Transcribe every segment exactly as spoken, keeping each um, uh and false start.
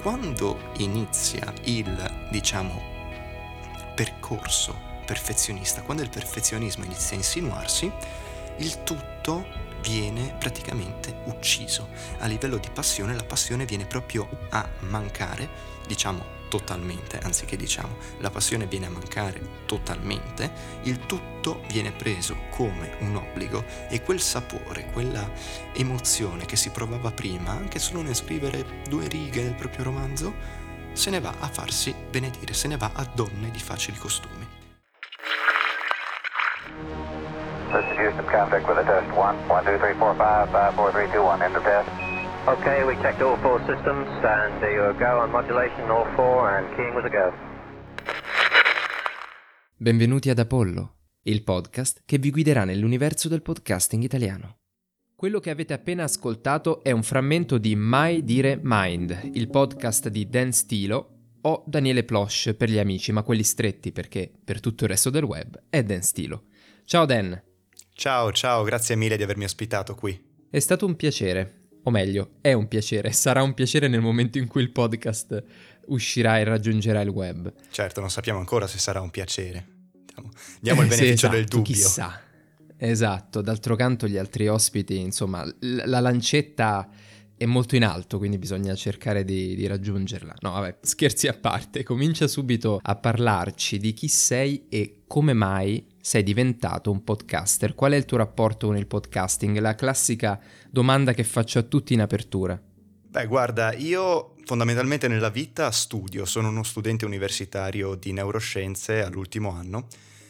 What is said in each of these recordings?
quando inizia il, diciamo, percorso perfezionista, quando il perfezionismo inizia a insinuarsi, il tutto viene praticamente ucciso. A livello di passione, la passione viene proprio a mancare, diciamo totalmente, anziché diciamo, la passione viene a mancare totalmente, il tutto viene preso come un obbligo e quel sapore, quella emozione che si provava prima, anche solo nel scrivere due righe del proprio romanzo, se ne va a farsi benedire, se ne va a donne di facili costumi. This is Houston, contact with a test. one, one, two, three, four, five, five, four, three, two, one, enter test. Okay, we checked all four systems, and you go on modulation, all four, and keying was a go. Benvenuti ad Apollo, il podcast che vi guiderà nell'universo del podcasting italiano. Quello che avete appena ascoltato è un frammento di Mai Dire Mind, il podcast di Dan Stilo o Daniele Plosh per gli amici, ma quelli stretti perché per tutto il resto del web è Dan Stilo. Ciao Dan! Ciao, ciao, grazie mille di avermi ospitato qui. È stato un piacere. O meglio, è un piacere, sarà un piacere nel momento in cui il podcast uscirà e raggiungerà il web. Certo, non sappiamo ancora se sarà un piacere. Diamo, diamo il Eh, beneficio sì, esatto, del dubbio. Chissà. Esatto, d'altro canto gli altri ospiti, insomma, l- la lancetta è molto in alto, quindi bisogna cercare di, di raggiungerla. No, vabbè, scherzi a parte, comincia subito a parlarci di chi sei e come mai sei diventato un podcaster. Qual è il tuo rapporto con il podcasting? La classica domanda che faccio a tutti in apertura. Beh, guarda, io fondamentalmente nella vita studio, sono uno studente universitario di neuroscienze all'ultimo anno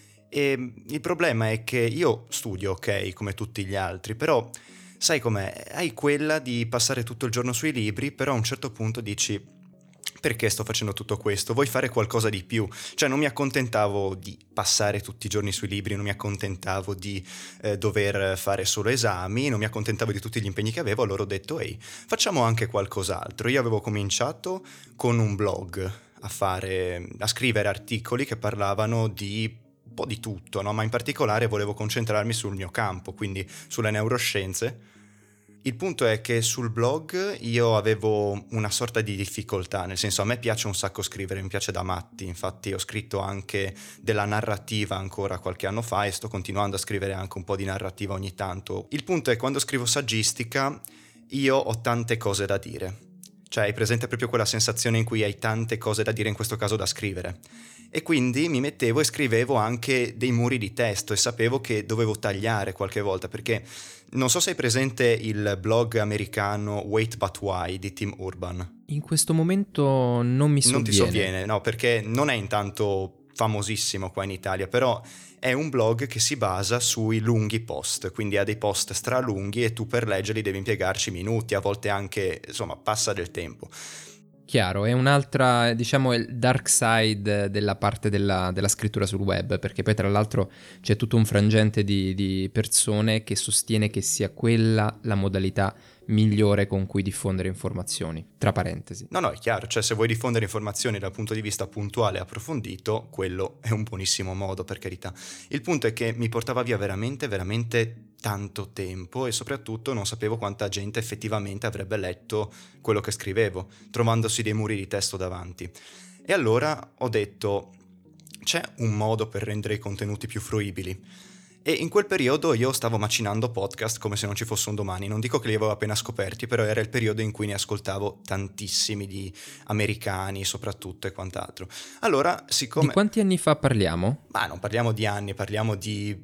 e il problema è che io studio, ok, come tutti gli altri, però sai com'è? Hai quella di passare tutto il giorno sui libri, però a un certo punto dici: perché sto facendo tutto questo? Vuoi fare qualcosa di più? Cioè non mi accontentavo di passare tutti i giorni sui libri, non mi accontentavo di eh, dover fare solo esami, non mi accontentavo di tutti gli impegni che avevo, allora ho detto ehi, facciamo anche qualcos'altro. Io avevo cominciato con un blog a fare, a scrivere articoli che parlavano di un po' di tutto, no? Ma in particolare volevo concentrarmi sul mio campo, quindi sulle neuroscienze. Il punto è che sul blog io avevo una sorta di difficoltà, nel senso a me piace un sacco scrivere, mi piace da matti, infatti ho scritto anche della narrativa ancora qualche anno fa e sto continuando a scrivere anche un po' di narrativa ogni tanto. Il punto è che quando scrivo saggistica io ho tante cose da dire, cioè hai presente proprio quella sensazione in cui hai tante cose da dire, in questo caso da scrivere. E quindi mi mettevo e scrivevo anche dei muri di testo e sapevo che dovevo tagliare qualche volta, perché non so se hai presente il blog americano Wait But Why di Tim Urban. In questo momento non mi sovviene. Non ti sovviene, no, perché non è intanto famosissimo qua in Italia, però è un blog che si basa sui lunghi post, quindi ha dei post stralunghi e tu per leggerli devi impiegarci minuti, a volte anche, insomma, passa del tempo. Chiaro, è un'altra, diciamo, il dark side della parte della, della scrittura sul web, perché poi tra l'altro c'è tutto un frangente di, di persone che sostiene che sia quella la modalità migliore con cui diffondere informazioni, tra parentesi. No, no, è chiaro, cioè se vuoi diffondere informazioni dal punto di vista puntuale e approfondito, quello è un buonissimo modo, per carità. Il punto è che mi portava via veramente, veramente tanto tempo e soprattutto non sapevo quanta gente effettivamente avrebbe letto quello che scrivevo, trovandosi dei muri di testo davanti. E allora ho detto, c'è un modo per rendere i contenuti più fruibili. E in quel periodo io stavo macinando podcast come se non ci fosse un domani. Non dico che li avevo appena scoperti, però era il periodo in cui ne ascoltavo tantissimi di americani soprattutto e quant'altro. Allora, siccome... Di quanti anni fa parliamo? Ma non parliamo di anni, parliamo di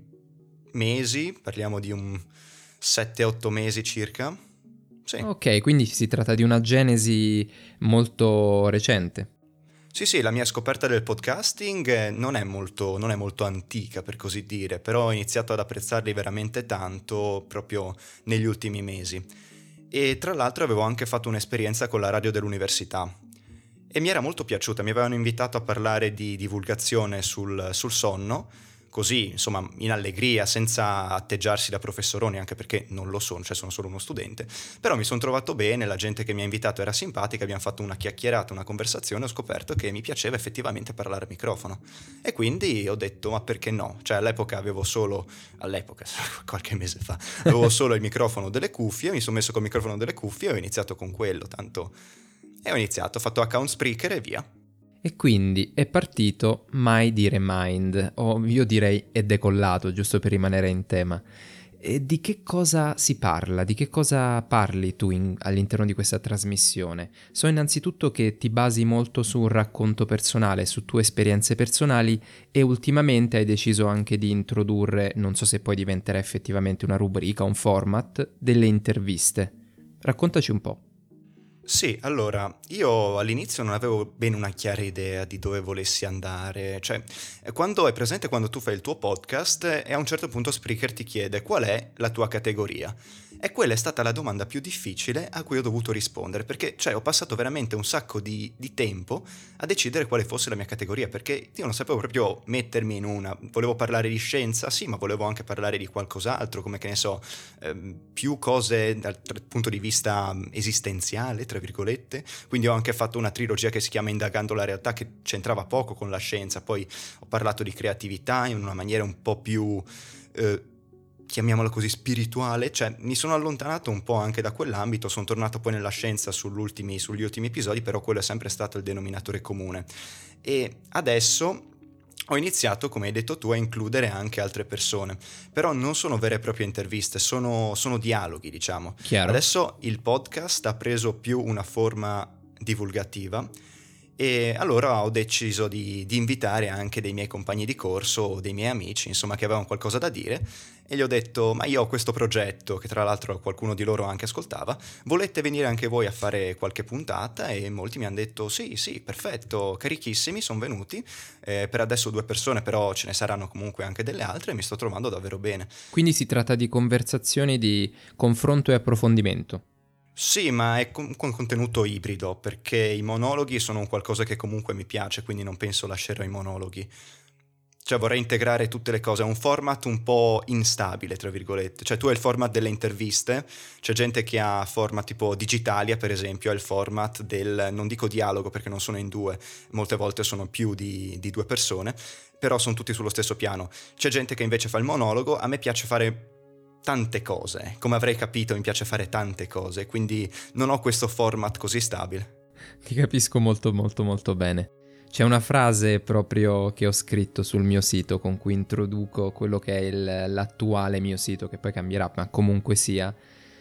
mesi, parliamo di un sette otto mesi circa. Sì. Ok, quindi si tratta di una genesi molto recente. Sì, sì, la mia scoperta del podcasting non è molto, non è molto antica, per così dire, però ho iniziato ad apprezzarli veramente tanto proprio negli ultimi mesi. E tra l'altro avevo anche fatto un'esperienza con la radio dell'università e mi era molto piaciuta, mi avevano invitato a parlare di divulgazione sul, sul sonno, così, insomma, in allegria, senza atteggiarsi da professoroni, anche perché non lo sono, cioè sono solo uno studente, però mi sono trovato bene, la gente che mi ha invitato era simpatica, abbiamo fatto una chiacchierata, una conversazione, ho scoperto che mi piaceva effettivamente parlare al microfono e quindi ho detto, ma perché no? Cioè all'epoca avevo solo, all'epoca, qualche mese fa, avevo solo il microfono delle cuffie, mi sono messo col microfono delle cuffie e ho iniziato con quello, tanto E ho iniziato, ho fatto account Spreaker e via. E quindi è partito Mai Dire Mind, o io direi è decollato, giusto per rimanere in tema. E di che cosa si parla? Di che cosa parli tu in, all'interno di questa trasmissione? So innanzitutto che ti basi molto su un racconto personale, su tue esperienze personali, e ultimamente hai deciso anche di introdurre, non so se poi diventerà effettivamente una rubrica, un format, delle interviste. Raccontaci un po'. Sì, allora, io all'inizio non avevo bene una chiara idea di dove volessi andare, cioè, quando è presente quando tu fai il tuo podcast e a un certo punto Spreaker ti chiede qual è la tua categoria. E quella è stata la domanda più difficile a cui ho dovuto rispondere, perché cioè, ho passato veramente un sacco di, di tempo a decidere quale fosse la mia categoria, perché io non sapevo proprio mettermi in una. Volevo parlare di scienza, sì, ma volevo anche parlare di qualcos'altro, come che ne so, ehm, più cose dal dal punto di vista esistenziale, tra virgolette. Quindi ho anche fatto una trilogia che si chiama Indagando la realtà, che c'entrava poco con la scienza. Poi ho parlato di creatività in una maniera un po' più... Eh, chiamiamola così, spirituale, cioè mi sono allontanato un po' anche da quell'ambito, sono tornato poi nella scienza sull'ultimi, sugli ultimi episodi, però quello è sempre stato il denominatore comune. E adesso ho iniziato, come hai detto tu, a includere anche altre persone, però non sono vere e proprie interviste, sono, sono dialoghi, diciamo. Chiaro. Adesso il podcast ha preso più una forma divulgativa, e allora ho deciso di, di invitare anche dei miei compagni di corso o dei miei amici, insomma, che avevano qualcosa da dire, e gli ho detto: ma io ho questo progetto, che tra l'altro qualcuno di loro anche ascoltava, volete venire anche voi a fare qualche puntata? E molti mi hanno detto sì, sì, perfetto, carichissimi, sono venuti, eh, per adesso due persone, però ce ne saranno comunque anche delle altre, e mi sto trovando davvero bene. Quindi si tratta di conversazioni di confronto e approfondimento. Sì, ma è con con contenuto ibrido, perché i monologhi sono un qualcosa che comunque mi piace, quindi non penso lascerò i monologhi. Cioè vorrei integrare tutte le cose, è un format un po' instabile, tra virgolette. Cioè tu hai il format delle interviste, c'è gente che ha format tipo Digitalia, per esempio, ha il format del, non dico dialogo perché non sono in due, molte volte sono più di, di due persone, però sono tutti sullo stesso piano. C'è gente che invece fa il monologo, a me piace fare tante cose, come avrei capito mi piace fare tante cose, quindi non ho questo format così stabile. Ti capisco molto molto molto bene. C'è una frase proprio che ho scritto sul mio sito con cui introduco quello che è il, l'attuale mio sito, che poi cambierà, ma comunque sia,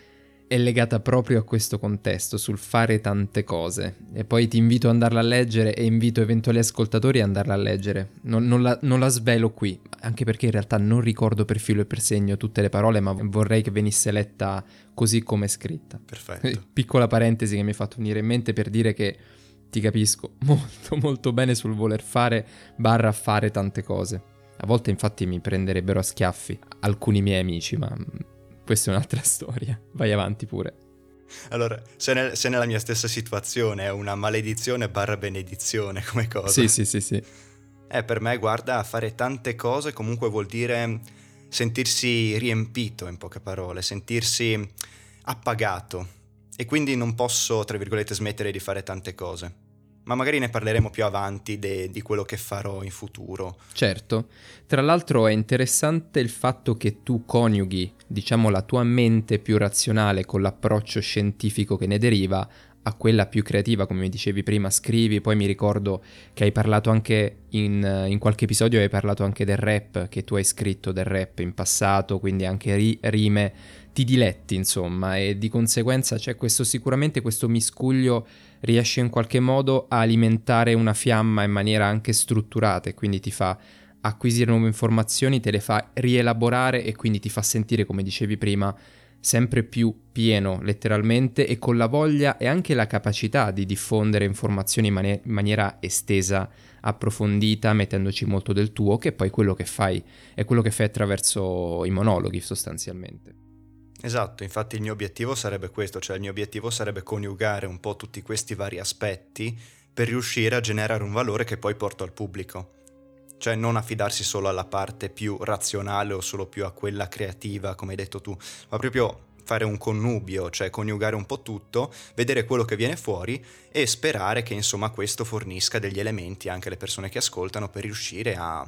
è legata proprio a questo contesto, sul fare tante cose. E poi ti invito ad andarla a leggere e invito eventuali ascoltatori ad andarla a leggere. Non, non, la, non la svelo qui, anche perché in realtà non ricordo per filo e per segno tutte le parole, ma vorrei che venisse letta così come è scritta. Perfetto. Piccola parentesi che mi ha fatto venire in mente per dire che ti capisco molto molto bene sul voler fare barra fare tante cose. A volte infatti mi prenderebbero a schiaffi alcuni miei amici, ma questa è un'altra storia. Vai avanti pure. Allora, se, nel, se nella mia stessa situazione è una maledizione barra benedizione come cosa. Sì, sì, sì, sì. Eh, per me, guarda, fare tante cose comunque vuol dire sentirsi riempito, in poche parole, sentirsi appagato. E quindi non posso, tra virgolette, smettere di fare tante cose. Ma magari ne parleremo più avanti de, di quello che farò in futuro. Certo. Tra l'altro è interessante il fatto che tu coniughi, diciamo, la tua mente più razionale con l'approccio scientifico che ne deriva a quella più creativa, come mi dicevi prima, scrivi, poi mi ricordo che hai parlato anche in, in qualche episodio, hai parlato anche del rap, che tu hai scritto del rap in passato, quindi anche ri, rime, ti diletti insomma, e di conseguenza c'è questo sicuramente questo miscuglio riesce in qualche modo a alimentare una fiamma in maniera anche strutturata e quindi ti fa acquisire nuove informazioni, te le fa rielaborare e quindi ti fa sentire, come dicevi prima, sempre più pieno letteralmente e con la voglia e anche la capacità di diffondere informazioni in, mani- in maniera estesa, approfondita, mettendoci molto del tuo, che poi quello che fai è quello che fai attraverso i monologhi sostanzialmente. Esatto, infatti il mio obiettivo sarebbe questo, cioè il mio obiettivo sarebbe coniugare un po' tutti questi vari aspetti per riuscire a generare un valore che poi porto al pubblico. Cioè non affidarsi solo alla parte più razionale o solo più a quella creativa, come hai detto tu, ma proprio fare un connubio, cioè coniugare un po' tutto, vedere quello che viene fuori e sperare che insomma questo fornisca degli elementi anche alle persone che ascoltano per riuscire a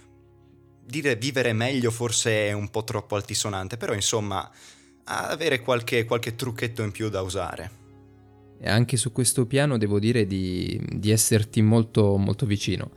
dire vivere meglio, forse è un po' troppo altisonante, però insomma a avere qualche, qualche trucchetto in più da usare. E anche su questo piano devo dire di, di esserti molto, molto vicino.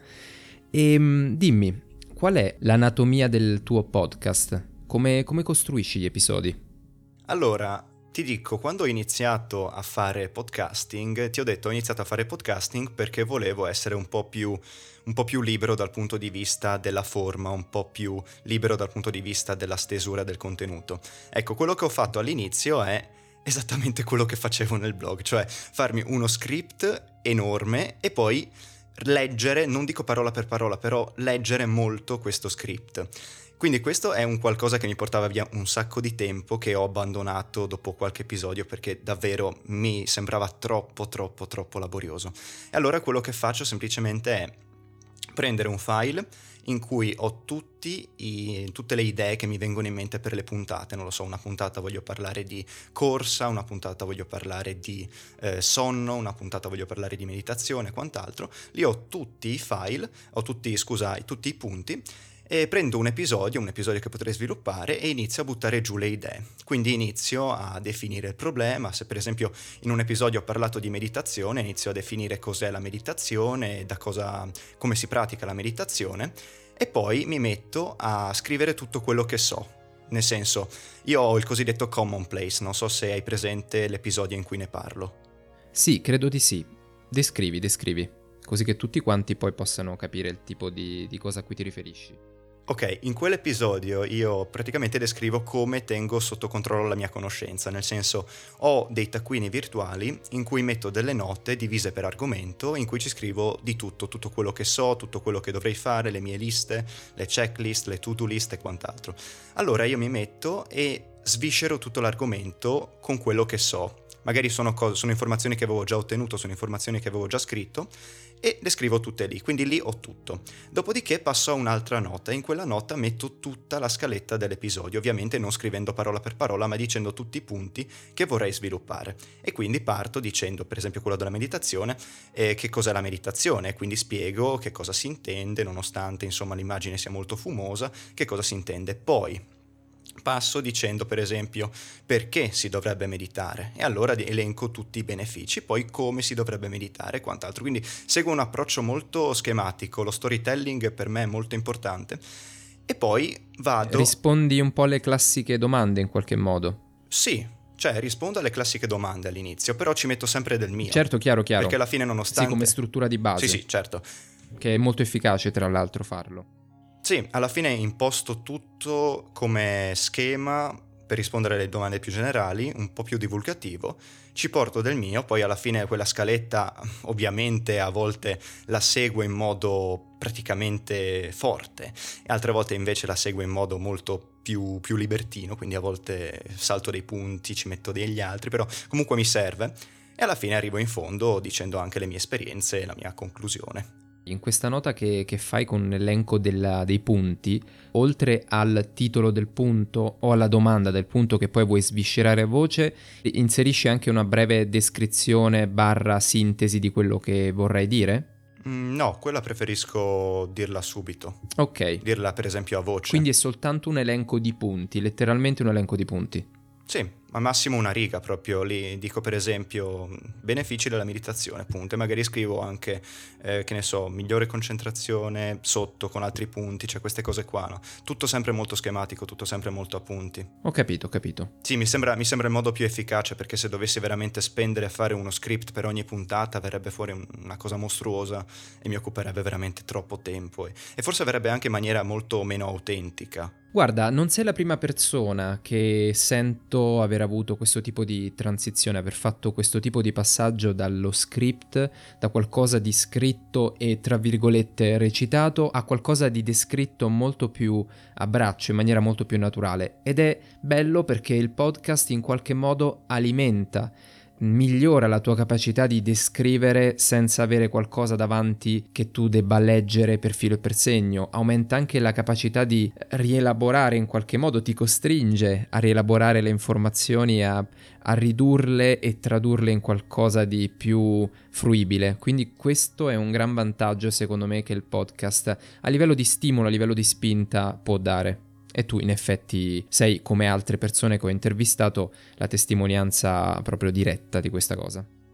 E dimmi, qual è l'anatomia del tuo podcast? Come, come costruisci gli episodi? Allora, ti dico, quando ho iniziato a fare podcasting, ti ho detto ho iniziato a fare podcasting perché volevo essere un po' più, un po' più libero dal punto di vista della forma, un po' più libero dal punto di vista della stesura del contenuto. Ecco, quello che ho fatto all'inizio è esattamente quello che facevo nel blog, cioè farmi uno script enorme e poi leggere, non dico parola per parola, però leggere molto questo script. Quindi questo è un qualcosa che mi portava via un sacco di tempo, che ho abbandonato dopo qualche episodio perché davvero mi sembrava troppo troppo troppo laborioso. E allora quello che faccio semplicemente è prendere un file in cui ho tutti i, tutte le idee che mi vengono in mente per le puntate. Non lo so, una puntata voglio parlare di corsa, una puntata voglio parlare di eh, sonno, una puntata voglio parlare di meditazione e quant'altro. Lì ho tutti i file, ho tutti, scusa, tutti i punti, e prendo un episodio, un episodio che potrei sviluppare e inizio a buttare giù le idee. Quindi inizio a definire il problema. Se per esempio in un episodio ho parlato di meditazione, inizio a definire cos'è la meditazione, da cosa, come si pratica la meditazione, e poi mi metto a scrivere tutto quello che so. Nel senso, io ho il cosiddetto commonplace, non so se hai presente l'episodio in cui ne parlo. Sì, credo di sì. Descrivi, descrivi, così che tutti quanti poi possano capire il tipo di, di cosa a cui ti riferisci. Ok, in quell'episodio io praticamente descrivo come tengo sotto controllo la mia conoscenza, nel senso ho dei taccuini virtuali in cui metto delle note divise per argomento, in cui ci scrivo di tutto, tutto quello che so, tutto quello che dovrei fare, le mie liste, le checklist, le to-do list e quant'altro. Allora io mi metto e sviscero tutto l'argomento con quello che so. Magari sono, cose, sono informazioni che avevo già ottenuto, sono informazioni che avevo già scritto, e le scrivo tutte lì, quindi lì ho tutto. Dopodiché passo a un'altra nota, e in quella nota metto tutta la scaletta dell'episodio, ovviamente non scrivendo parola per parola, ma dicendo tutti i punti che vorrei sviluppare. E quindi parto dicendo, per esempio quello della meditazione, eh, che cos'è la meditazione, quindi spiego che cosa si intende, nonostante insomma l'immagine sia molto fumosa, che cosa si intende. Poi passo dicendo per esempio perché si dovrebbe meditare, e allora elenco tutti i benefici, poi come si dovrebbe meditare e quant'altro. Quindi seguo un approccio molto schematico, lo storytelling per me è molto importante, e poi vado... Rispondi un po' alle classiche domande in qualche modo? Sì, cioè rispondo alle classiche domande all'inizio, però ci metto sempre del mio. Certo, chiaro, chiaro. Perché alla fine nonostante... Sì, come struttura di base. Sì, sì, certo. Che è molto efficace tra l'altro farlo. Sì, alla fine imposto tutto come schema per rispondere alle domande più generali, un po' più divulgativo, ci porto del mio, poi alla fine quella scaletta ovviamente a volte la seguo in modo praticamente forte, e altre volte invece la seguo in modo molto più, più libertino, quindi a volte salto dei punti, ci metto degli altri, però comunque mi serve, e alla fine arrivo in fondo dicendo anche le mie esperienze e la mia conclusione. In questa nota che, che fai con l'elenco della, dei punti, oltre al titolo del punto o alla domanda del punto che poi vuoi sviscerare a voce, inserisci anche una breve descrizione barra sintesi di quello che vorrai dire? Mm, no, quella preferisco dirla subito. Ok. Dirla per esempio a voce. Quindi è soltanto un elenco di punti, letteralmente un elenco di punti. Sì, al massimo una riga proprio, lì dico per esempio benefici della meditazione, appunto, e magari scrivo anche, eh, che ne so, migliore concentrazione sotto con altri punti, cioè queste cose qua, no? Tutto sempre molto schematico, tutto sempre molto a punti. Ho capito, ho capito. Sì, mi sembra, mi sembra il modo più efficace, perché se dovessi veramente spendere a fare uno script per ogni puntata verrebbe fuori una cosa mostruosa e mi occuperebbe veramente troppo tempo, e, e forse avrebbe anche in maniera molto meno autentica. Guarda, non sei la prima persona che sento aver avuto questo tipo di transizione, aver fatto questo tipo di passaggio dallo script, da qualcosa di scritto e tra virgolette recitato, a qualcosa di descritto molto più a braccio, in maniera molto più naturale. Ed è bello perché il podcast in qualche modo alimenta, migliora la tua capacità di descrivere senza avere qualcosa davanti che tu debba leggere per filo e per segno, aumenta anche la capacità di rielaborare in qualche modo, ti costringe a rielaborare le informazioni, a, a ridurle e tradurle in qualcosa di più fruibile, quindi questo è un gran vantaggio secondo me che il podcast a livello di stimolo, a livello di spinta può dare. E tu in effetti sei, come altre persone che ho intervistato, la testimonianza proprio diretta di questa cosa.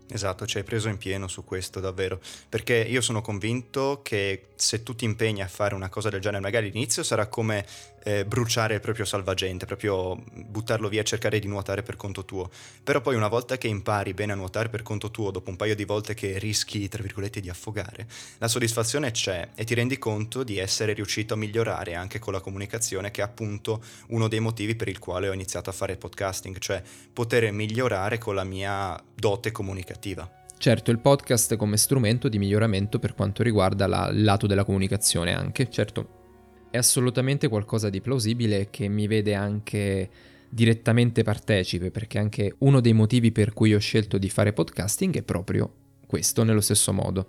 Esatto, ci hai preso in pieno su questo, davvero, perché io sono convinto che se tu ti impegni a fare una cosa del genere, magari all'inizio sarà come eh, bruciare il proprio salvagente, proprio buttarlo via e cercare di nuotare per conto tuo, però poi una volta che impari bene a nuotare per conto tuo, dopo un paio di volte che rischi, tra virgolette, di affogare, la soddisfazione c'è e ti rendi conto di essere riuscito a migliorare anche con la comunicazione, che è appunto uno dei motivi per il quale ho iniziato a fare podcasting, cioè poter migliorare con la mia dote comunicativa. Certo, il podcast come strumento di miglioramento per quanto riguarda la, il lato della comunicazione anche, certo, è assolutamente qualcosa di plausibile che mi vede anche direttamente partecipe, perché anche uno dei motivi per cui ho scelto di fare podcasting è proprio questo, nello stesso modo.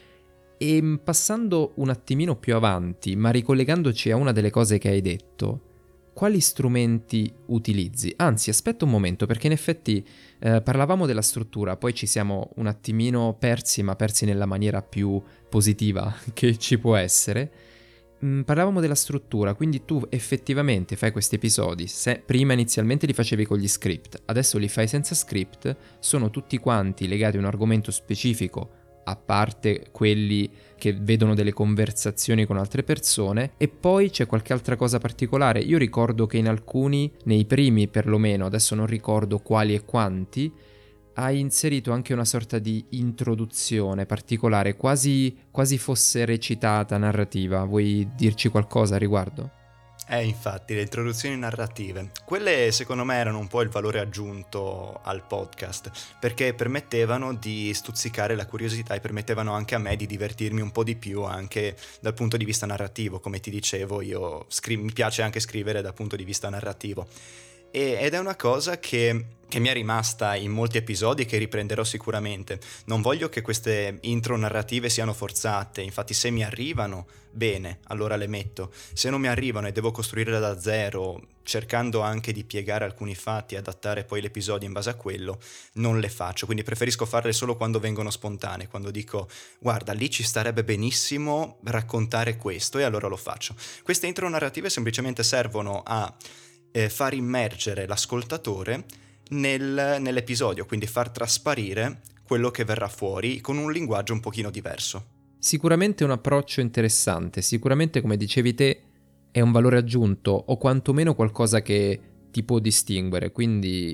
E passando un attimino più avanti, ma ricollegandoci a una delle cose che hai detto, quali strumenti utilizzi? Anzi, aspetta un momento, perché in effetti eh, parlavamo della struttura, poi ci siamo un attimino persi, ma persi nella maniera più positiva che ci può essere. Mm, parlavamo della struttura, quindi tu effettivamente fai questi episodi, se prima inizialmente li facevi con gli script, adesso li fai senza script, sono tutti quanti legati a un argomento specifico, a parte quelli che vedono delle conversazioni con altre persone, e poi c'è qualche altra cosa particolare. Io ricordo che in alcuni, nei primi perlomeno, adesso non ricordo quali e quanti, hai inserito anche una sorta di introduzione particolare, quasi, quasi fosse recitata, narrativa. Vuoi dirci qualcosa a riguardo? Eh, infatti, le introduzioni narrative, quelle secondo me erano un po' il valore aggiunto al podcast, perché permettevano di stuzzicare la curiosità e permettevano anche a me di divertirmi un po' di più anche dal punto di vista narrativo. Come ti dicevo, io scri- mi piace anche scrivere dal punto di vista narrativo. E, ed è una cosa che, che mi è rimasta in molti episodi e che riprenderò sicuramente. Non voglio che queste intro narrative siano forzate, infatti se mi arrivano, bene, allora le metto. Se non mi arrivano e devo costruire da zero, cercando anche di piegare alcuni fatti e adattare poi l'episodio in base a quello, non le faccio. Quindi preferisco farle solo quando vengono spontanee, quando dico guarda, lì ci starebbe benissimo raccontare questo, e allora lo faccio. Queste intro narrative semplicemente servono a Eh, far immergere l'ascoltatore nel, nell'episodio, quindi far trasparire quello che verrà fuori con un linguaggio un pochino diverso. Sicuramente un approccio interessante, sicuramente come dicevi te è un valore aggiunto o quantomeno qualcosa che ti può distinguere, quindi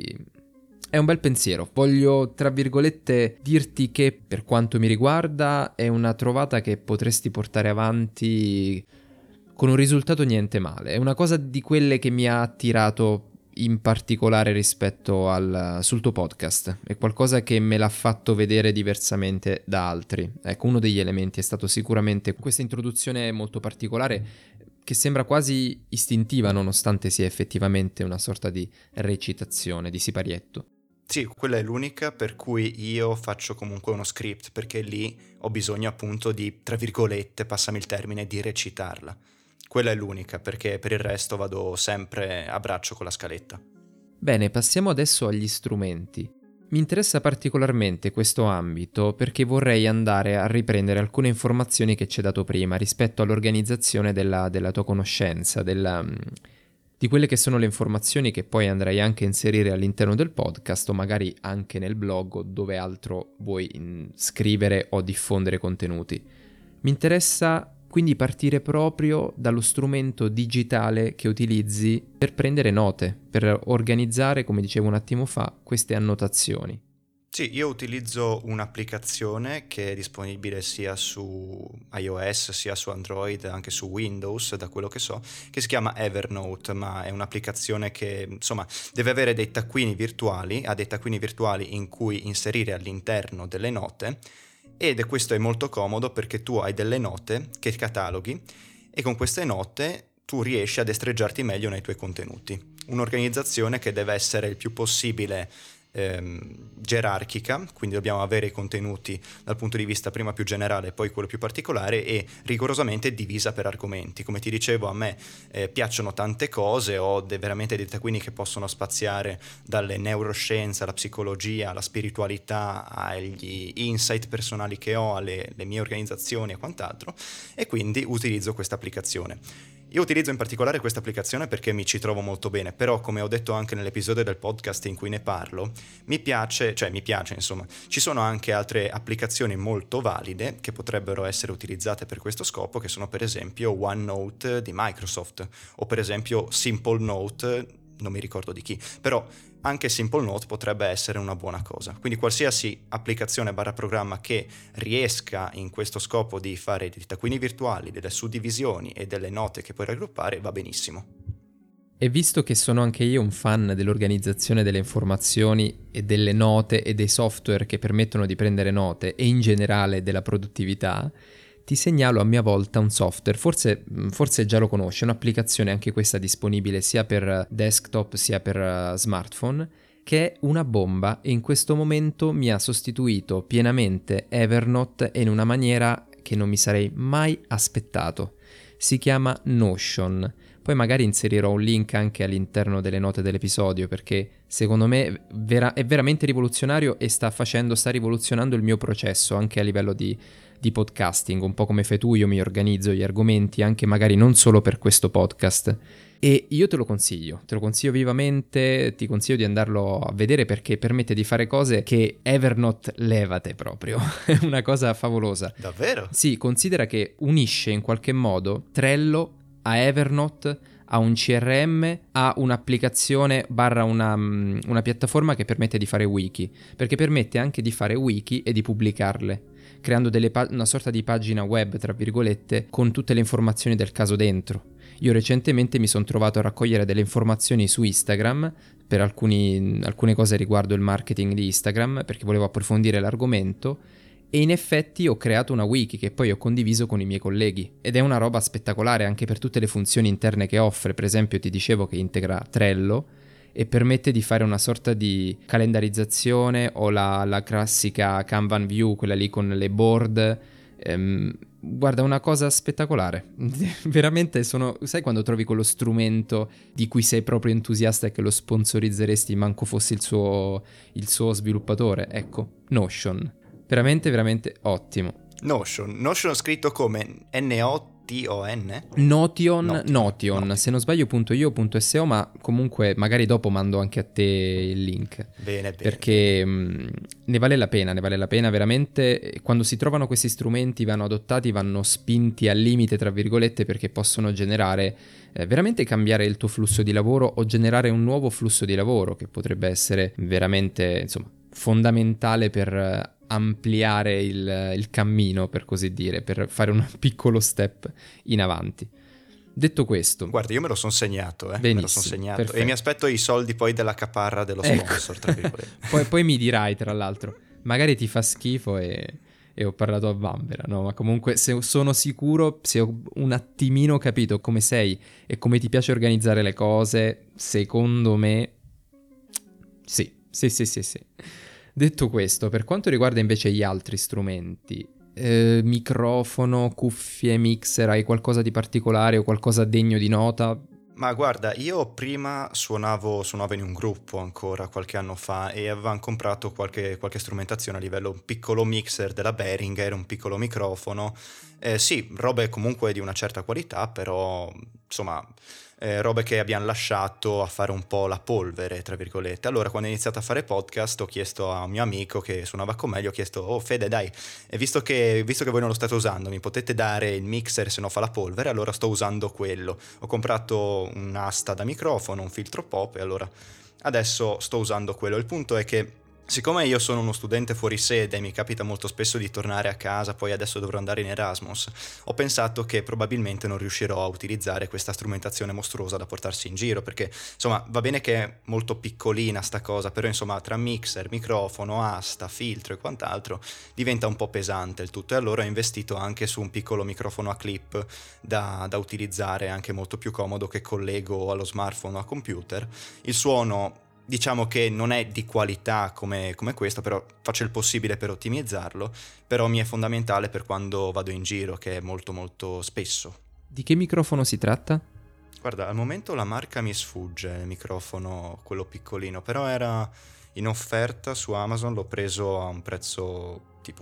è un bel pensiero. Voglio tra virgolette dirti che per quanto mi riguarda è una trovata che potresti portare avanti con un risultato niente male. È una cosa di quelle che mi ha attirato in particolare rispetto al sul tuo podcast. È qualcosa che me l'ha fatto vedere diversamente da altri. Ecco, uno degli elementi è stato sicuramente questa introduzione molto particolare che sembra quasi istintiva nonostante sia effettivamente una sorta di recitazione, di siparietto. Sì, quella è l'unica per cui io faccio comunque uno script, perché lì ho bisogno appunto di, tra virgolette, passami il termine, di recitarla. Quella è l'unica, perché per il resto vado sempre a braccio con la scaletta. Bene, passiamo adesso agli strumenti. Mi interessa particolarmente questo ambito perché vorrei andare a riprendere alcune informazioni che ci hai dato prima rispetto all'organizzazione della, della tua conoscenza, della, di quelle che sono le informazioni che poi andrai anche a inserire all'interno del podcast o magari anche nel blog o dove altro vuoi scrivere o diffondere contenuti. Mi interessa quindi partire proprio dallo strumento digitale che utilizzi per prendere note, per organizzare, come dicevo un attimo fa, queste annotazioni. Sì, io utilizzo un'applicazione che è disponibile sia su iOS sia su Android, anche su Windows, da quello che so, che si chiama Evernote, ma è un'applicazione che insomma deve avere dei taccuini virtuali, ha dei taccuini virtuali in cui inserire all'interno delle note. Ed questo è molto comodo perché tu hai delle note che cataloghi e con queste note tu riesci a destreggiarti meglio nei tuoi contenuti. Un'organizzazione che deve essere il più possibile ehm, gerarchica, quindi dobbiamo avere i contenuti dal punto di vista prima più generale e poi quello più particolare, e rigorosamente divisa per argomenti. Come ti dicevo, a me eh, piacciono tante cose, ho de- veramente dei taccuini che possono spaziare dalle neuroscienze alla psicologia, alla spiritualità, agli insight personali che ho, alle le mie organizzazioni e quant'altro, e quindi utilizzo questa applicazione. Io utilizzo in particolare questa applicazione perché mi ci trovo molto bene, però come ho detto anche nell'episodio del podcast in cui ne parlo, mi piace, cioè mi piace insomma, ci sono anche altre applicazioni molto valide che potrebbero essere utilizzate per questo scopo, che sono per esempio OneNote di Microsoft o per esempio Simple Note, non mi ricordo di chi, però anche Simple Note potrebbe essere una buona cosa. Quindi qualsiasi applicazione barra programma che riesca in questo scopo di fare dei taccuini virtuali, delle suddivisioni e delle note che puoi raggruppare va benissimo. E visto che sono anche io un fan dell'organizzazione delle informazioni e delle note e dei software che permettono di prendere note e in generale della produttività, ti segnalo a mia volta un software, forse, forse già lo conosci, è un'applicazione anche questa disponibile sia per desktop sia per smartphone, che è una bomba e in questo momento mi ha sostituito pienamente Evernote e in una maniera che non mi sarei mai aspettato. Si chiama Notion. Poi magari inserirò un link anche all'interno delle note dell'episodio perché secondo me vera- è veramente rivoluzionario e sta facendo, sta rivoluzionando il mio processo anche a livello di, di podcasting, un po' come fai tu, io mi organizzo gli argomenti anche magari non solo per questo podcast. E io te lo consiglio, te lo consiglio vivamente, ti consiglio di andarlo a vedere perché permette di fare cose che Evernote levate proprio, è una cosa favolosa. Davvero? Sì, considera che unisce in qualche modo Trello a Evernote, a un C R M, a un'applicazione barra una, una piattaforma che permette di fare wiki, perché permette anche di fare wiki e di pubblicarle, creando delle pa- una sorta di pagina web, tra virgolette, con tutte le informazioni del caso dentro. Io recentemente mi sono trovato a raccogliere delle informazioni su Instagram per alcuni, alcune cose riguardo il marketing di Instagram, perché volevo approfondire l'argomento, e in effetti ho creato una wiki che poi ho condiviso con i miei colleghi ed è una roba spettacolare anche per tutte le funzioni interne che offre. Per esempio ti dicevo che integra Trello e permette di fare una sorta di calendarizzazione o la, la classica Kanban view, quella lì con le board. Ehm, guarda, una cosa spettacolare. Veramente sono, sai quando trovi quello strumento di cui sei proprio entusiasta e che lo sponsorizzeresti manco fossi il suo, il suo sviluppatore? Ecco, Notion. Veramente, veramente ottimo. Notion, Notion scritto come N O T O N? Notion, Notion, Notion, Notion. se non sbaglio punto io punto S O, ma comunque magari dopo mando anche a te il link. Bene, bene. Perché mh, ne vale la pena, ne vale la pena veramente. Quando si trovano questi strumenti vanno adottati, vanno spinti al limite, tra virgolette, perché possono generare, eh, veramente cambiare il tuo flusso di lavoro o generare un nuovo flusso di lavoro che potrebbe essere veramente, insomma, fondamentale per ampliare il, il cammino, per così dire, per fare un piccolo step in avanti. Detto questo, guarda, io me lo sono segnato, eh. Benissimo, me lo sono segnato perfetto. E mi aspetto i soldi poi della caparra dello sponsor, ecco. Tra virgolette. poi, poi mi dirai, tra l'altro, magari ti fa schifo e, e ho parlato a vanvera, no? Ma comunque se sono sicuro, se ho un attimino capito come sei e come ti piace organizzare le cose, secondo me sì, sì, sì, sì, sì. Detto questo, per quanto riguarda invece gli altri strumenti, eh, microfono, cuffie, mixer, hai qualcosa di particolare o qualcosa degno di nota? Ma guarda, io prima suonavo, suonavo in un gruppo ancora qualche anno fa e avevamo comprato qualche, qualche strumentazione a livello, un piccolo mixer della Behringer, un piccolo microfono, eh, sì, robe comunque di una certa qualità, però insomma eh, robe che abbiamo lasciato a fare un po' la polvere, tra virgolette. Allora quando ho iniziato a fare podcast ho chiesto a un mio amico che suonava con me, gli ho chiesto: oh Fede dai, e visto che, visto che voi non lo state usando, mi potete dare il mixer se no fa la polvere? Allora sto usando quello, ho comprato un'asta da microfono, un filtro pop e allora adesso sto usando quello. Il punto è che siccome io sono uno studente fuori sede e mi capita molto spesso di tornare a casa, poi adesso dovrò andare in Erasmus, ho pensato che probabilmente non riuscirò a utilizzare questa strumentazione mostruosa da portarsi in giro, perché insomma va bene che è molto piccolina sta cosa, però insomma tra mixer, microfono, asta, filtro e quant'altro diventa un po' pesante il tutto, e allora ho investito anche su un piccolo microfono a clip da, da utilizzare, anche molto più comodo, che collego allo smartphone o a computer. Il suono diciamo che non è di qualità come, come questo, però faccio il possibile per ottimizzarlo, però mi è fondamentale per quando vado in giro, che è molto molto spesso. Di che microfono si tratta? Guarda, al momento la marca mi sfugge, il microfono, quello piccolino, però era in offerta su Amazon, l'ho preso a un prezzo tipo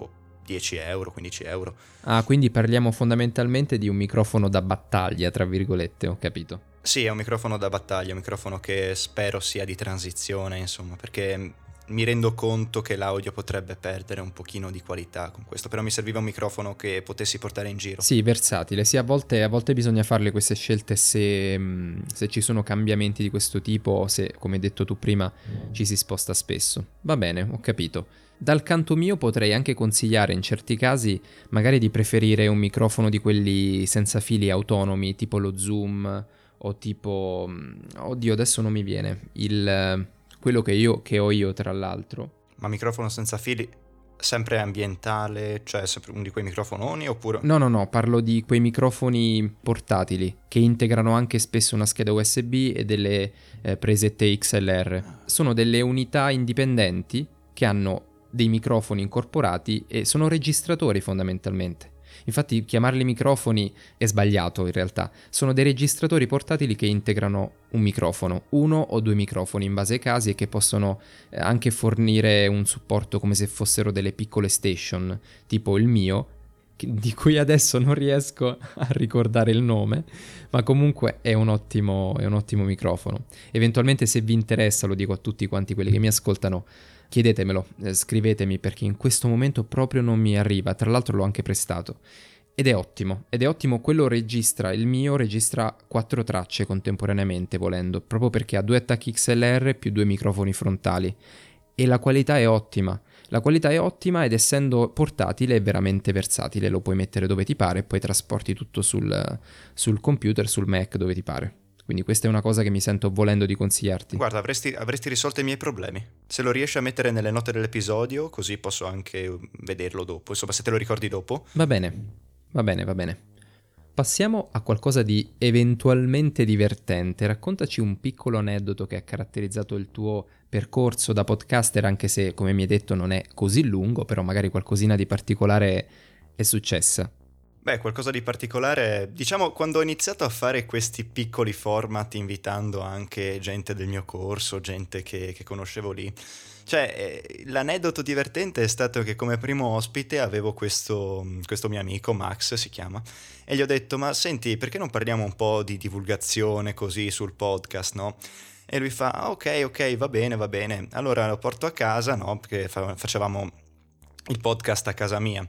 dieci euro, quindici euro. Ah, quindi parliamo fondamentalmente di un microfono da battaglia, tra virgolette, ho capito. Sì, è un microfono da battaglia, un microfono che spero sia di transizione, insomma, perché mi rendo conto che l'audio potrebbe perdere un pochino di qualità con questo, però mi serviva un microfono che potessi portare in giro. Sì, versatile, sì, a volte, a volte bisogna farle queste scelte se, mh, se ci sono cambiamenti di questo tipo o se, come hai detto tu prima, ci si sposta spesso. Va bene, ho capito. Dal canto mio potrei anche consigliare in certi casi magari di preferire un microfono di quelli senza fili autonomi, tipo lo Zoom o tipo... Oddio, adesso non mi viene. Il, quello che, io, che ho io, tra l'altro. Ma microfono senza fili sempre ambientale, cioè sempre uno di quei microfononi oppure... No, no, no, parlo di quei microfoni portatili che integrano anche spesso una scheda U S B e delle eh, presette X L R. Sono delle unità indipendenti che hanno dei microfoni incorporati e sono registratori fondamentalmente. Infatti chiamarli microfoni è sbagliato in realtà, sono dei registratori portatili che integrano un microfono, uno o due microfoni in base ai casi e che possono eh, anche fornire un supporto come se fossero delle piccole station, tipo il mio, che, di cui adesso non riesco a ricordare il nome, ma comunque è un ottimo, è un ottimo microfono. Eventualmente se vi interessa, lo dico a tutti quanti quelli che mi ascoltano, chiedetemelo, eh, scrivetemi perché in questo momento proprio non mi arriva, tra l'altro l'ho anche prestato. Ed è ottimo, ed è ottimo, quello registra, il mio registra quattro tracce contemporaneamente volendo, proprio perché ha due attacchi X L R più due microfoni frontali e la qualità è ottima. La qualità è ottima ed essendo portatile è veramente versatile, lo puoi mettere dove ti pare e poi trasporti tutto sul, sul computer, sul Mac dove ti pare. Quindi questa è una cosa che mi sento volendo di consigliarti. Guarda, avresti, avresti risolto i miei problemi. Se lo riesci a mettere nelle note dell'episodio, così posso anche vederlo dopo. Insomma, se te lo ricordi dopo. Va bene, va bene, va bene. Passiamo a qualcosa di eventualmente divertente. Raccontaci un piccolo aneddoto che ha caratterizzato il tuo percorso da podcaster, anche se, come mi hai detto, non è così lungo, però magari qualcosina di particolare è successa. Beh, qualcosa di particolare, diciamo, quando ho iniziato a fare questi piccoli format invitando anche gente del mio corso, gente che, che conoscevo lì, cioè eh, l'aneddoto divertente è stato che come primo ospite avevo questo, questo mio amico, Max si chiama, e gli ho detto, ma senti, perché non parliamo un po' di divulgazione così sul podcast, no? E lui fa, ah, ok, ok, va bene, va bene, allora lo porto a casa, no? Perché fa- facevamo il podcast a casa mia.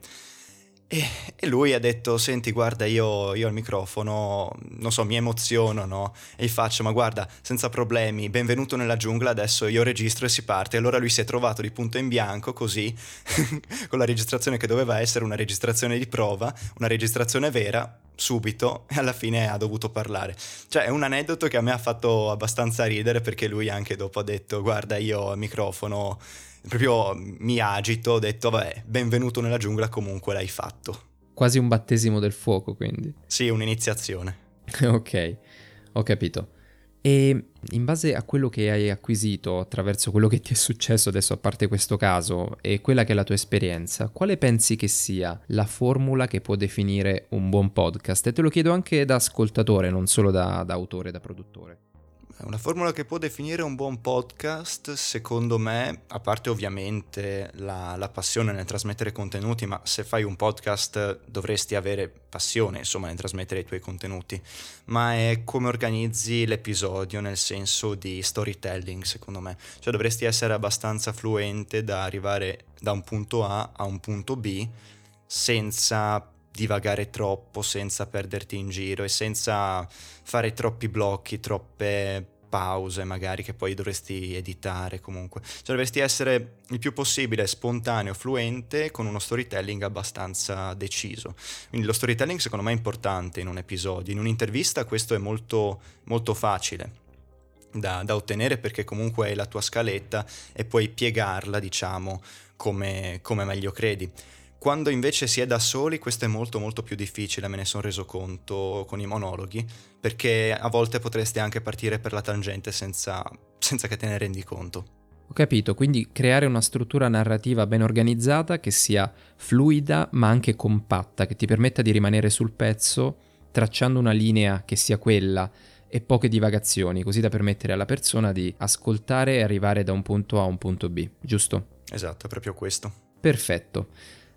E, e lui ha detto, senti guarda io, io al microfono, non so, mi emoziono, no? E gli faccio, ma guarda, senza problemi, benvenuto nella giungla, adesso io registro e si parte. E allora lui si è trovato di punto in bianco così, con la registrazione che doveva essere una registrazione di prova, una registrazione vera, subito, e alla fine ha dovuto parlare. Cioè è un aneddoto che a me ha fatto abbastanza ridere perché lui anche dopo ha detto, guarda io al microfono... proprio mi agito, ho detto vabbè, benvenuto nella giungla, comunque l'hai fatto. Quasi un battesimo del fuoco, quindi. Sì, un'iniziazione. Ok, ho capito. E in base a quello che hai acquisito attraverso quello che ti è successo adesso, a parte questo caso, e quella che è la tua esperienza, quale pensi che sia la formula che può definire un buon podcast? E te lo chiedo anche da ascoltatore, non solo da, da autore, da produttore. Una formula che può definire un buon podcast, secondo me, a parte ovviamente la, la passione nel trasmettere contenuti, ma se fai un podcast dovresti avere passione, insomma, nel trasmettere i tuoi contenuti, ma è come organizzi l'episodio nel senso di storytelling, secondo me. Cioè dovresti essere abbastanza fluente da arrivare da un punto A a un punto B senza divagare troppo, senza perderti in giro e senza fare troppi blocchi, troppe pause magari che poi dovresti editare comunque. Cioè dovresti essere il più possibile spontaneo, fluente, con uno storytelling abbastanza deciso. Quindi lo storytelling secondo me è importante in un episodio. In un'intervista questo è molto, molto facile da, da ottenere perché comunque hai la tua scaletta e puoi piegarla, diciamo, come, come meglio credi. Quando invece si è da soli questo è molto molto più difficile, me ne sono reso conto con i monologhi, perché a volte potresti anche partire per la tangente senza, senza che te ne rendi conto. Ho capito, quindi creare una struttura narrativa ben organizzata che sia fluida ma anche compatta, che ti permetta di rimanere sul pezzo tracciando una linea che sia quella e poche divagazioni, così da permettere alla persona di ascoltare e arrivare da un punto A a un punto B, giusto? Esatto, è proprio questo. Perfetto.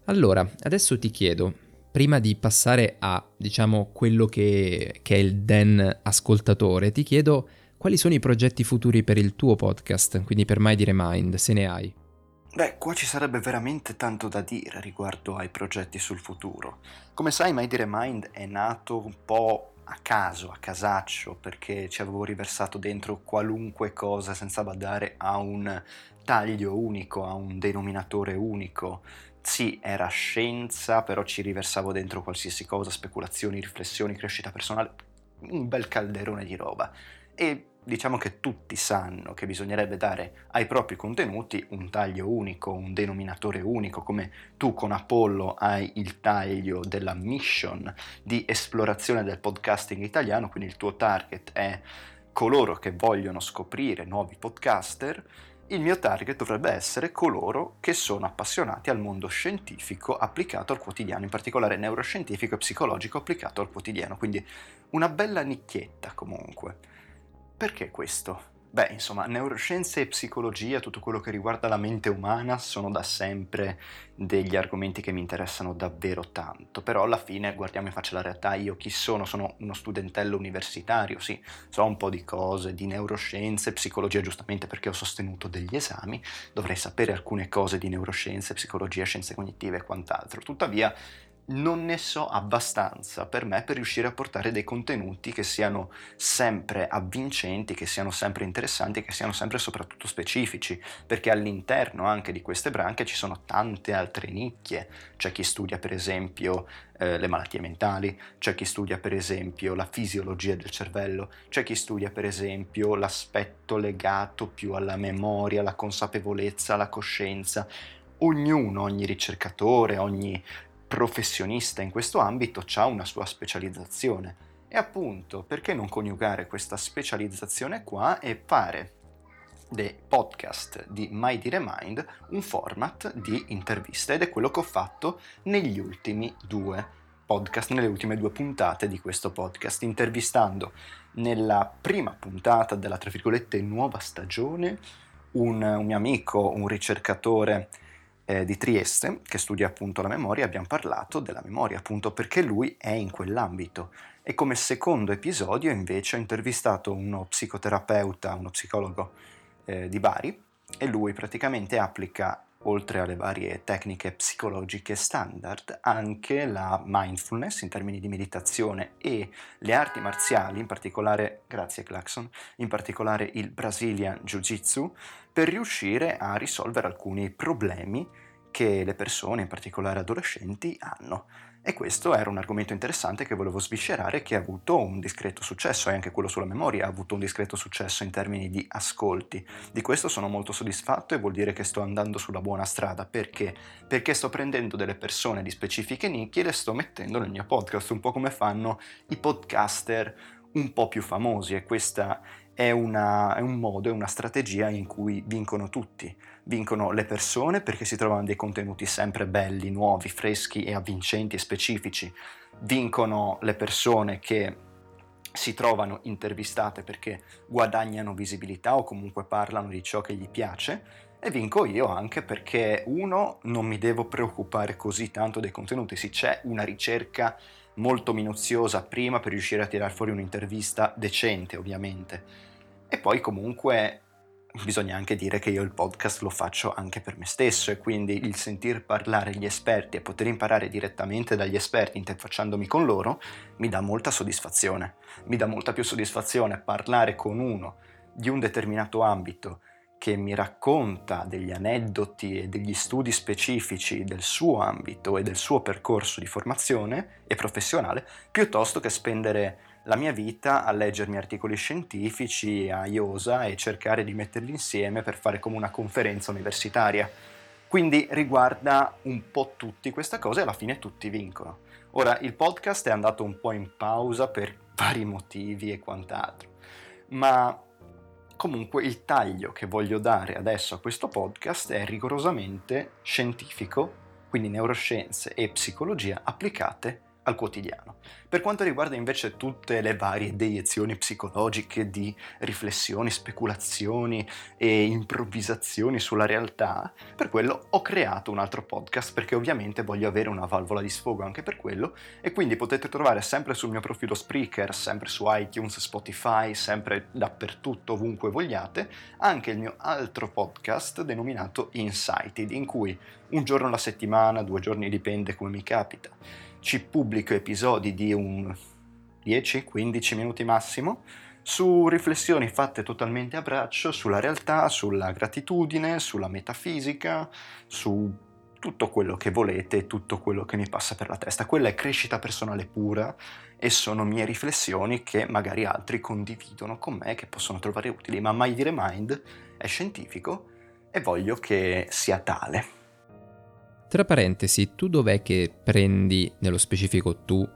Allora, adesso ti chiedo, prima di passare a, diciamo, quello che, che è il Dan ascoltatore, ti chiedo quali sono i progetti futuri per il tuo podcast, quindi per Mighty Remind, se ne hai. Beh, qua ci sarebbe veramente tanto da dire riguardo ai progetti sul futuro. Come sai, Mighty Remind è nato un po' a caso, a casaccio, perché ci avevo riversato dentro qualunque cosa senza badare a un taglio unico, a un denominatore unico. Sì, era scienza, però ci riversavo dentro qualsiasi cosa, speculazioni, riflessioni, crescita personale, un bel calderone di roba. E diciamo che tutti sanno che bisognerebbe dare ai propri contenuti un taglio unico, un denominatore unico, come tu con Apollo hai il taglio della mission di esplorazione del podcasting italiano, quindi il tuo target è coloro che vogliono scoprire nuovi podcaster. Il mio target dovrebbe essere coloro che sono appassionati al mondo scientifico applicato al quotidiano, in particolare neuroscientifico e psicologico applicato al quotidiano, quindi una bella nicchietta comunque. Perché questo? Beh, insomma, neuroscienze e psicologia, tutto quello che riguarda la mente umana, sono da sempre degli argomenti che mi interessano davvero tanto, però alla fine guardiamo in faccia la realtà. Io chi sono? Sono uno studentello universitario, sì, so un po' di cose, di neuroscienze, psicologia giustamente perché ho sostenuto degli esami, dovrei sapere alcune cose di neuroscienze, psicologia, scienze cognitive e quant'altro, tuttavia non ne so abbastanza per me per riuscire a portare dei contenuti che siano sempre avvincenti, che siano sempre interessanti, che siano sempre soprattutto specifici, perché all'interno anche di queste branche ci sono tante altre nicchie. C'è chi studia per esempio eh, le malattie mentali, c'è chi studia per esempio la fisiologia del cervello, c'è chi studia per esempio l'aspetto legato più alla memoria, alla consapevolezza, alla coscienza. Ognuno, ogni ricercatore, ogni professionista in questo ambito ha una sua specializzazione e appunto perché non coniugare questa specializzazione qua e fare dei podcast di Mighty Remind un format di interviste, ed è quello che ho fatto negli ultimi due podcast, nelle ultime due puntate di questo podcast, intervistando nella prima puntata della tra virgolette nuova stagione un, un mio amico, un ricercatore Eh, di Trieste, che studia appunto la memoria. Abbiamo parlato della memoria appunto perché lui è in quell'ambito, e come secondo episodio invece ho intervistato uno psicoterapeuta, uno psicologo eh, di Bari, e lui praticamente applica, oltre alle varie tecniche psicologiche standard, anche la mindfulness in termini di meditazione e le arti marziali, in particolare, grazie Claxon, in particolare il Brazilian Jiu-Jitsu, per riuscire a risolvere alcuni problemi che le persone, in particolare adolescenti, hanno. E questo era un argomento interessante che volevo sviscerare, che ha avuto un discreto successo, e anche quello sulla memoria ha avuto un discreto successo in termini di ascolti. Di questo sono molto soddisfatto e vuol dire che sto andando sulla buona strada. Perché? Perché sto prendendo delle persone di specifiche nicchie e le sto mettendo nel mio podcast, un po' come fanno i podcaster un po' più famosi, e questa è, una, è un modo, è una strategia in cui vincono tutti. Vincono le persone perché si trovano dei contenuti sempre belli, nuovi, freschi e avvincenti e specifici. Vincono le persone che si trovano intervistate perché guadagnano visibilità o comunque parlano di ciò che gli piace. E vinco io anche perché, uno, non mi devo preoccupare così tanto dei contenuti. Sì, c'è una ricerca molto minuziosa prima per riuscire a tirar fuori un'intervista decente, ovviamente. E poi comunque bisogna anche dire che io il podcast lo faccio anche per me stesso, e quindi il sentir parlare gli esperti e poter imparare direttamente dagli esperti interfacciandomi con loro mi dà molta soddisfazione. Mi dà molta più soddisfazione parlare con uno di un determinato ambito che mi racconta degli aneddoti e degli studi specifici del suo ambito e del suo percorso di formazione e professionale, piuttosto che spendere la mia vita a leggermi articoli scientifici a iosa e cercare di metterli insieme per fare come una conferenza universitaria. Quindi riguarda un po' tutti questa cosa e alla fine tutti vincono. Ora, il podcast è andato un po' in pausa per vari motivi e quant'altro, ma comunque il taglio che voglio dare adesso a questo podcast è rigorosamente scientifico, quindi neuroscienze e psicologia applicate al quotidiano. Per quanto riguarda invece tutte le varie deiezioni psicologiche di riflessioni, speculazioni e improvvisazioni sulla realtà, per quello ho creato un altro podcast, perché ovviamente voglio avere una valvola di sfogo anche per quello, e quindi potete trovare sempre sul mio profilo Spreaker, sempre su iTunes, Spotify, sempre dappertutto, ovunque vogliate, anche il mio altro podcast denominato Insighted, in cui un giorno alla settimana, due giorni, dipende come mi capita, ci pubblico episodi di un dieci quindici minuti massimo su riflessioni fatte totalmente a braccio sulla realtà, sulla gratitudine, sulla metafisica, su tutto quello che volete, tutto quello che mi passa per la testa. Quella è crescita personale pura e sono mie riflessioni che magari altri condividono con me, che possono trovare utili, ma mai dire mind è scientifico e voglio che sia tale. Tra parentesi, tu dov'è che prendi, nello specifico tu,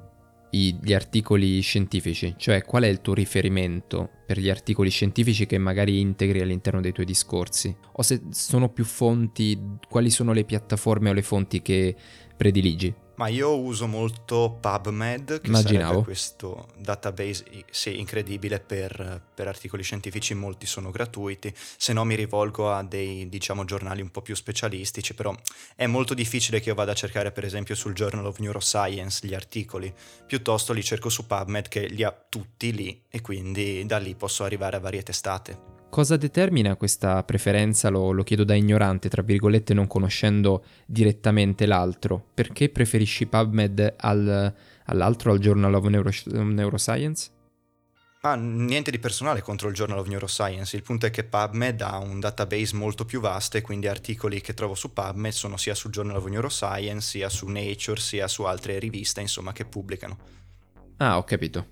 i, gli articoli scientifici? Cioè, qual è il tuo riferimento per gli articoli scientifici che magari integri all'interno dei tuoi discorsi? O se sono più fonti, quali sono le piattaforme o le fonti che prediligi? Ma io uso molto PubMed, che Immaginavo. sarebbe questo database sì, incredibile per, per articoli scientifici, molti sono gratuiti, se no mi rivolgo a dei, diciamo, giornali un po' più specialistici, però è molto difficile che io vada a cercare per esempio sul Journal of Neuroscience gli articoli, piuttosto li cerco su PubMed che li ha tutti lì e quindi da lì posso arrivare a varie testate. Cosa determina questa preferenza? Lo, lo chiedo da ignorante, tra virgolette, non conoscendo direttamente l'altro. Perché preferisci PubMed al, all'altro, al Journal of Neuro, Neuroscience? Ma niente di personale contro il Journal of Neuroscience, il punto è che PubMed ha un database molto più vasto e quindi articoli che trovo su PubMed sono sia sul Journal of Neuroscience, sia su Nature, sia su altre riviste, insomma, che pubblicano. Ah, ho capito.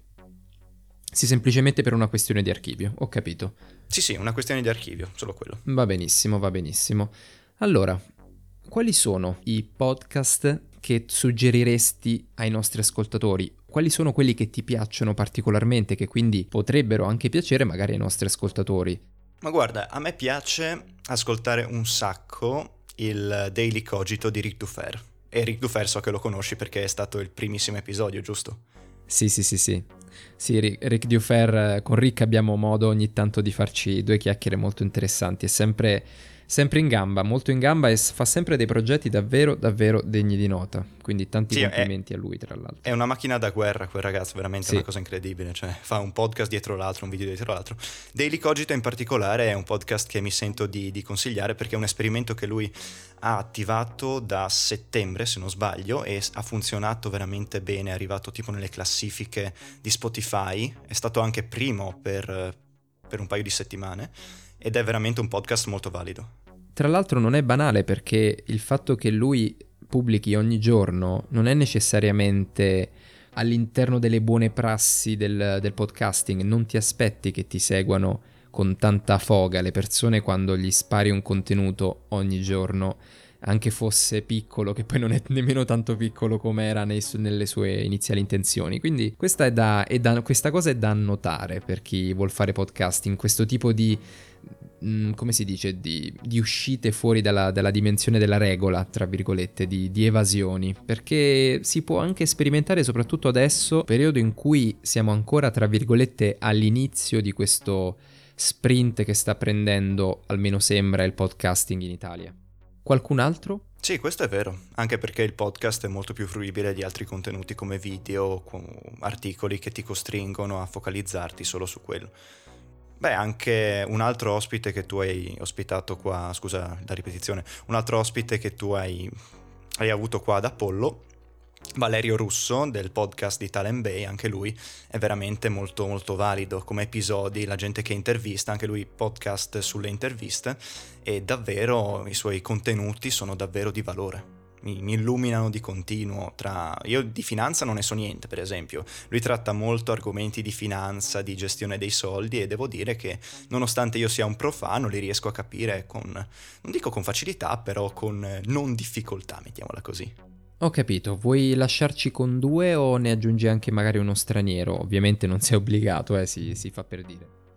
Sì, semplicemente per una questione di archivio, ho capito. Sì, sì, una questione di archivio, solo quello. Va benissimo, va benissimo. Allora, quali sono i podcast che suggeriresti ai nostri ascoltatori? Quali sono quelli che ti piacciono particolarmente, che quindi potrebbero anche piacere magari ai nostri ascoltatori? Ma guarda, a me piace ascoltare un sacco il Daily Cogito di Rick Dufer. E Rick Dufer so che lo conosci perché è stato il primissimo episodio, giusto? Sì, sì, sì, sì. Sì, Rick Dufer, con Rick abbiamo modo ogni tanto di farci due chiacchiere molto interessanti, è sempre, sempre in gamba, molto in gamba e fa sempre dei progetti davvero, davvero degni di nota, quindi tanti sì, complimenti è, a lui tra l'altro. È una macchina da guerra quel ragazzo, veramente sì. Una cosa incredibile, cioè fa un podcast dietro l'altro, un video dietro l'altro. Daily Cogito in particolare è un podcast che mi sento di, di consigliare perché è un esperimento che lui ha attivato da settembre se non sbaglio e ha funzionato veramente bene, è arrivato tipo nelle classifiche di Spotify, è stato anche primo per, per un paio di settimane ed è veramente un podcast molto valido. Tra l'altro non è banale perché il fatto che lui pubblichi ogni giorno non è necessariamente all'interno delle buone prassi del, del podcasting, non ti aspetti che ti seguano con tanta foga le persone quando gli spari un contenuto ogni giorno, anche fosse piccolo, che poi non è nemmeno tanto piccolo come era nei, nelle sue iniziali intenzioni. Quindi questa, è da, è da, questa cosa è da annotare per chi vuol fare podcasting, questo tipo di, mh, come si dice, di, di uscite fuori dalla, dalla dimensione della regola, tra virgolette, di, di evasioni, perché si può anche sperimentare soprattutto adesso, periodo in cui siamo ancora, tra virgolette, all'inizio di questo sprint che sta prendendo, almeno sembra, il podcasting in Italia. Qualcun altro? Sì, questo è vero, anche perché il podcast è molto più fruibile di altri contenuti come video, articoli che ti costringono a focalizzarti solo su quello. Beh, anche un altro ospite che tu hai ospitato qua, scusa la ripetizione, un altro ospite che tu hai, hai avuto qua ad Apollo, Valerio Russo del podcast di Talent Bay, anche lui è veramente molto molto valido come episodi, la gente che intervista, anche lui podcast sulle interviste e davvero i suoi contenuti sono davvero di valore, mi, mi illuminano di continuo. Tra io di finanza non ne so niente, per esempio lui tratta molto argomenti di finanza, di gestione dei soldi e devo dire che nonostante io sia un profano li riesco a capire con, non dico con facilità, però con non difficoltà, mettiamola così. Ho capito, vuoi lasciarci con due o ne aggiungi anche magari uno straniero? Ovviamente non sei obbligato, eh, si, si fa per dire.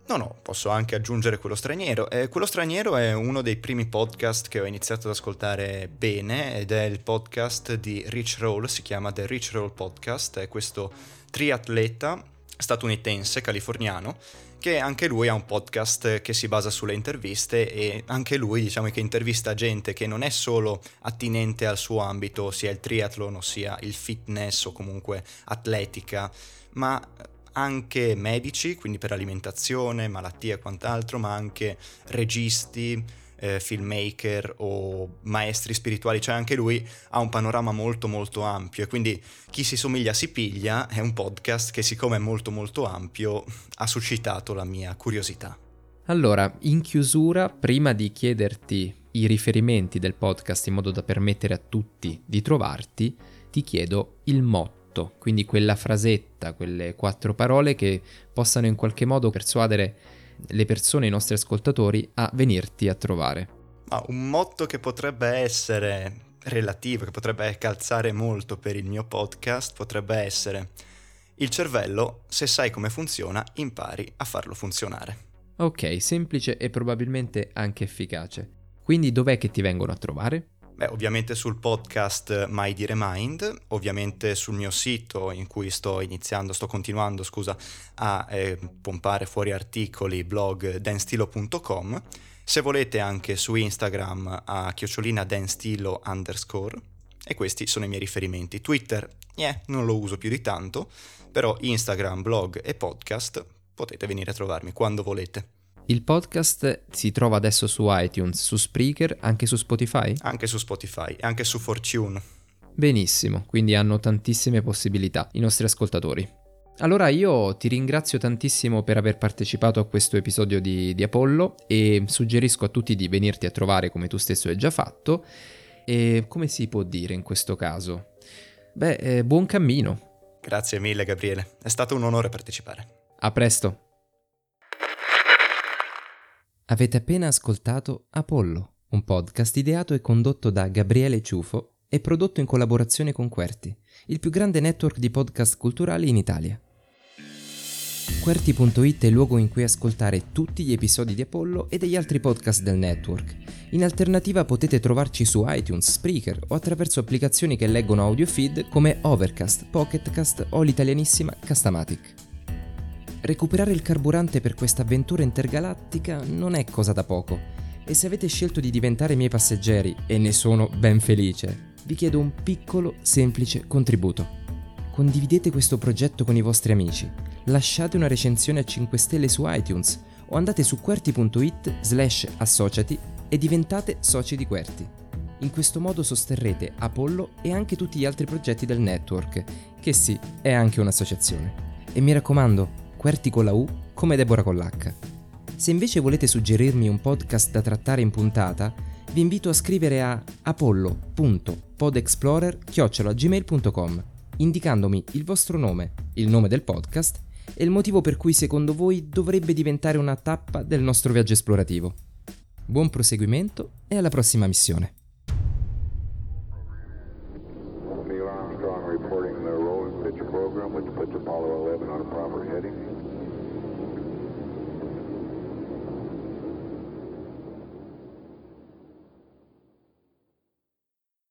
No, no, posso anche aggiungere Quello Straniero. Eh, Quello Straniero è uno dei primi podcast che ho iniziato ad ascoltare bene ed è il podcast di Rich Roll, si chiama The Rich Roll Podcast, è questo triatleta statunitense, californiano, che anche lui ha un podcast che si basa sulle interviste e anche lui diciamo che intervista gente che non è solo attinente al suo ambito, sia il triathlon, ossia il fitness o comunque atletica, ma anche medici, quindi per alimentazione, malattie e quant'altro, ma anche registi, eh, filmmaker o maestri spirituali, cioè anche lui ha un panorama molto molto ampio e quindi Chi si somiglia si piglia è un podcast che, siccome è molto molto ampio, ha suscitato la mia curiosità. Allora, in chiusura, prima di chiederti i riferimenti del podcast in modo da permettere a tutti di trovarti, ti chiedo il motto. Quindi quella frasetta, quelle quattro parole che possano in qualche modo persuadere le persone, i nostri ascoltatori, a venirti a trovare. Ma un motto che potrebbe essere relativo, che potrebbe calzare molto per il mio podcast, potrebbe essere: il cervello, se sai come funziona, impari a farlo funzionare. Ok, semplice e probabilmente anche efficace. Quindi dov'è che ti vengono a trovare? Beh, ovviamente sul podcast Mai Dire Mind, ovviamente sul mio sito in cui sto iniziando, sto continuando, scusa, a eh, pompare fuori articoli, blog danstilo punto com. Se volete anche su Instagram a chiocciolina danstilo underscore, e questi sono i miei riferimenti. Twitter, eh, non lo uso più di tanto, però Instagram, blog e podcast potete venire a trovarmi quando volete. Il podcast si trova adesso su iTunes, su Spreaker, anche su Spotify? Anche su Spotify, anche su Fortune. Benissimo, quindi hanno tantissime possibilità i nostri ascoltatori. Allora io ti ringrazio tantissimo per aver partecipato a questo episodio di, di Apollo e suggerisco a tutti di venirti a trovare come tu stesso hai già fatto. E come si può dire in questo caso? Beh, eh, buon cammino. Grazie mille Gabriele, è stato un onore partecipare. A presto. Avete appena ascoltato Apollo, un podcast ideato e condotto da Gabriele Ciufo e prodotto in collaborazione con Querti, il più grande network di podcast culturali in Italia. Querti punto it è il luogo in cui ascoltare tutti gli episodi di Apollo e degli altri podcast del network. In alternativa potete trovarci su iTunes, Spreaker o attraverso applicazioni che leggono audio feed come Overcast, Pocketcast o l'italianissima Castamatic. Recuperare il carburante per questa avventura intergalattica non è cosa da poco, e se avete scelto di diventare miei passeggeri, e ne sono ben felice, vi chiedo un piccolo, semplice contributo. Condividete questo progetto con i vostri amici, lasciate una recensione a cinque stelle su iTunes o andate su querti punto it slash associati e diventate soci di Querti. In questo modo sosterrete Apollo e anche tutti gli altri progetti del network, che sì, è anche un'associazione. E mi raccomando, Querti con la U come Deborah con l'H. Se invece volete suggerirmi un podcast da trattare in puntata, vi invito a scrivere a apollo punto podexplorer chiocciola gmail punto com, indicandomi il vostro nome, il nome del podcast e il motivo per cui secondo voi dovrebbe diventare una tappa del nostro viaggio esplorativo. Buon proseguimento e alla prossima missione. Neil Armstrong reporting the roll and pitch program, which puts Apollo eleven on a proper heading.